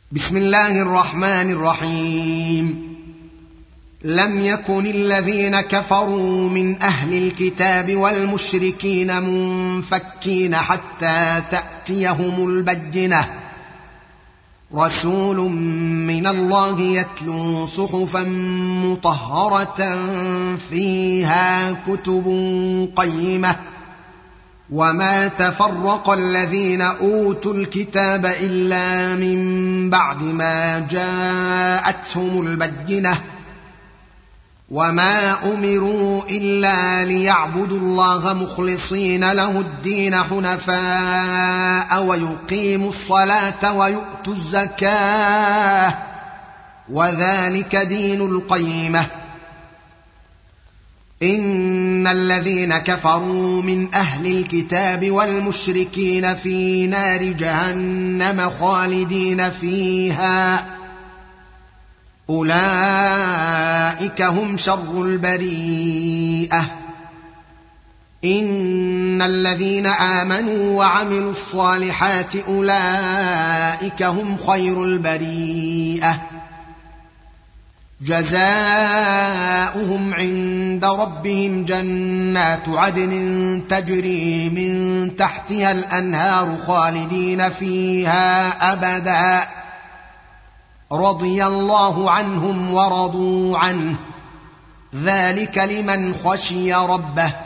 بسم الله الرحمن الرحيم. لم يكن الذين كفروا من أهل الكتاب والمشركين منفكين حتى تأتيهم البينة، رسول من الله يتلو صحفا مطهرة فيها كتب قيمة. وما تفرق الذين أوتوا الكتاب إلا من بعد ما جاءتهم البينة، وما أمروا إلا ليعبدوا الله مخلصين له الدين حنفاء ويقيموا الصلاة ويؤتوا الزكاة، وذلك دين القيمة. إن الذين كفروا من أهل الكتاب والمشركين في نار جهنم خالدين فيها، أولئك هم شر البريئة. إن الذين آمنوا وعملوا الصالحات أولئك هم خير البريئة، جزاؤهم عند ربهم جنات عدن تجري من تحتها الأنهار خالدين فيها أبدا، رضي الله عنهم ورضوا عنه، ذلك لمن خشي ربه.